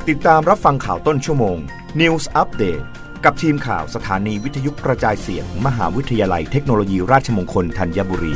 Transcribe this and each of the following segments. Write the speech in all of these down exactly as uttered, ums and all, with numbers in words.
ติดตามรับฟังข่าวต้นชั่วโมง News Update กับทีมข่าวสถานีวิทยุกระจายเสียง มหาวิทยาลัยเทคโนโลยีราชมงคลธัญบุรี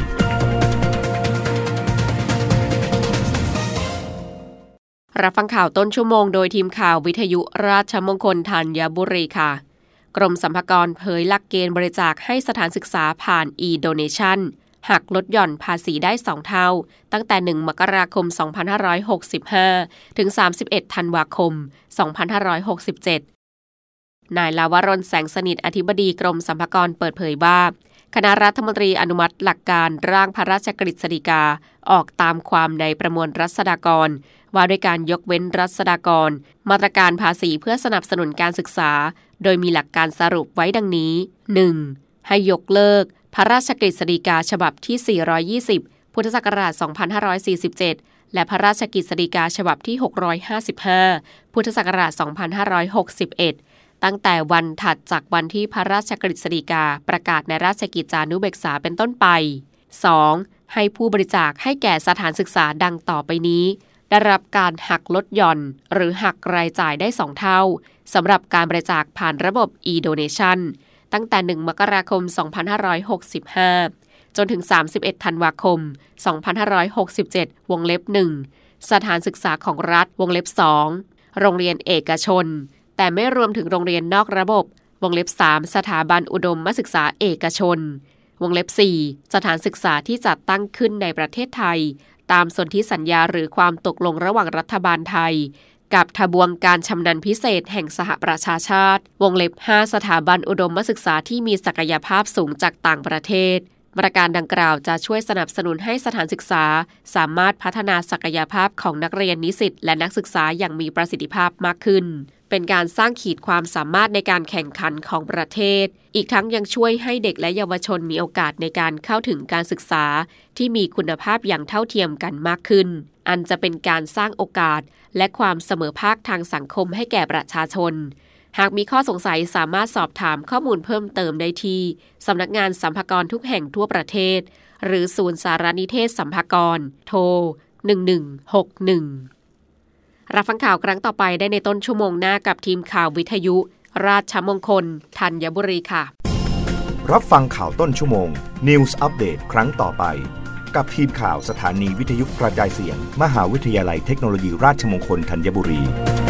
รับฟังข่าวต้นชั่วโมงโดยทีมข่าววิทยุราชมงคลธัญบุรีค่ะกรมสรรพากรเผยหลักเกณฑ์บริจาคให้สถานศึกษาผ่าน e-donation หักลดหย่อนภาษีได้สองเท่าตั้งแต่หนึ่งมกราคมสองพันห้าร้อยหกสิบห้าถึงสามสิบเอ็ดธันวาคมสองพันห้าร้อยหกสิบเจ็ดนายลาวรณแสงสนิทอธิบดีกรมสรรพากรเปิดเผยว่าคณะรัฐมนตรีอนุมัติหลักการร่างพระราชกฤษฎีกาออกตามความในประมวลรัษฎากรว่าด้วยการยกเว้นรัษฎากรมาตรการภาษีเพื่อสนับสนุนการศึกษาโดยมีหลักการสรุปไว้ดังนี้ หนึ่ง ให้ยกเลิกพระราชกฤษฎีกาฉบับที่สี่ร้อยยี่สิบพุทธศักราชสองพันห้าร้อยสี่สิบเจ็ดและพระราชกฤษฎีกาฉบับที่หกร้อยห้าสิบห้าพุทธศักราชสองพันห้าร้อยหกสิบเอ็ดตั้งแต่วันถัดจากวันที่พระราชกฤษฎีกาประกาศในราชกิจจานุเบกษาเป็นต้นไป สอง ให้ผู้บริจาคให้แก่สถานศึกษาดังต่อไปนี้ได้รับการหักลดหย่อนหรือหักรายจ่ายได้สองเท่าสำหรับการบริจาคผ่านระบบ e-donation ตั้งแต่หนึ่งมกราคมสองพันห้าร้อยหกสิบห้าจนถึงสามสิบเอ็ดธันวาคมสองพันห้าร้อยหกสิบเจ็ดวงเล็บหนึ่งสถานศึกษาของรัฐวงเล็บสองโรงเรียนเอกชนแต่ไม่รวมถึงโรงเรียนนอกระบบวงเล็บสามสถาบันอุดมศึกษาเอกชนวงเล็บสี่สถานศึกษาที่จัดตั้งขึ้นในประเทศไทยตามสนธิสัญญาหรือความตกลงระหว่างรัฐบาลไทยกับทบวงการชำนาญพิเศษแห่งสหประชาชาติวงเล็บห้าสถาบันอุดมศึกษาที่มีศักยภาพสูงจากต่างประเทศมาตรการดังกล่าวจะช่วยสนับสนุนให้สถานศึกษาสามารถพัฒนาศักยภาพของนักเรียนนิสิตและนักศึกษาอย่างมีประสิทธิภาพมากขึ้นเป็นการสร้างขีดความสามารถในการแข่งขันของประเทศอีกทั้งยังช่วยให้เด็กและเยาวชนมีโอกาสในการเข้าถึงการศึกษาที่มีคุณภาพอย่างเท่าเทียมกันมากขึ้นอันจะเป็นการสร้างโอกาสและความเสมอภาคทางสังคมให้แก่ประชาชนหากมีข้อสงสัยสามารถสอบถามข้อมูลเพิ่มเติมได้ที่สำนักงานสรรพากรทุกแห่งทั่วประเทศหรือศูนย์สารนิเทศสรรพากรโทรหนึ่งหนึ่งหกหนึ่งรับฟังข่าวครั้งต่อไปได้ในต้นชั่วโมงหน้ากับทีมข่าววิทยุราชมงคลธัญบุรีค่ะรับฟังข่าวต้นชั่วโมง News Update ครั้งต่อไปกับทีมข่าวสถานีวิทยุกระจายเสียง มหาวิทยาลัยเทคโนโลยีราชมงคลธัญบุรี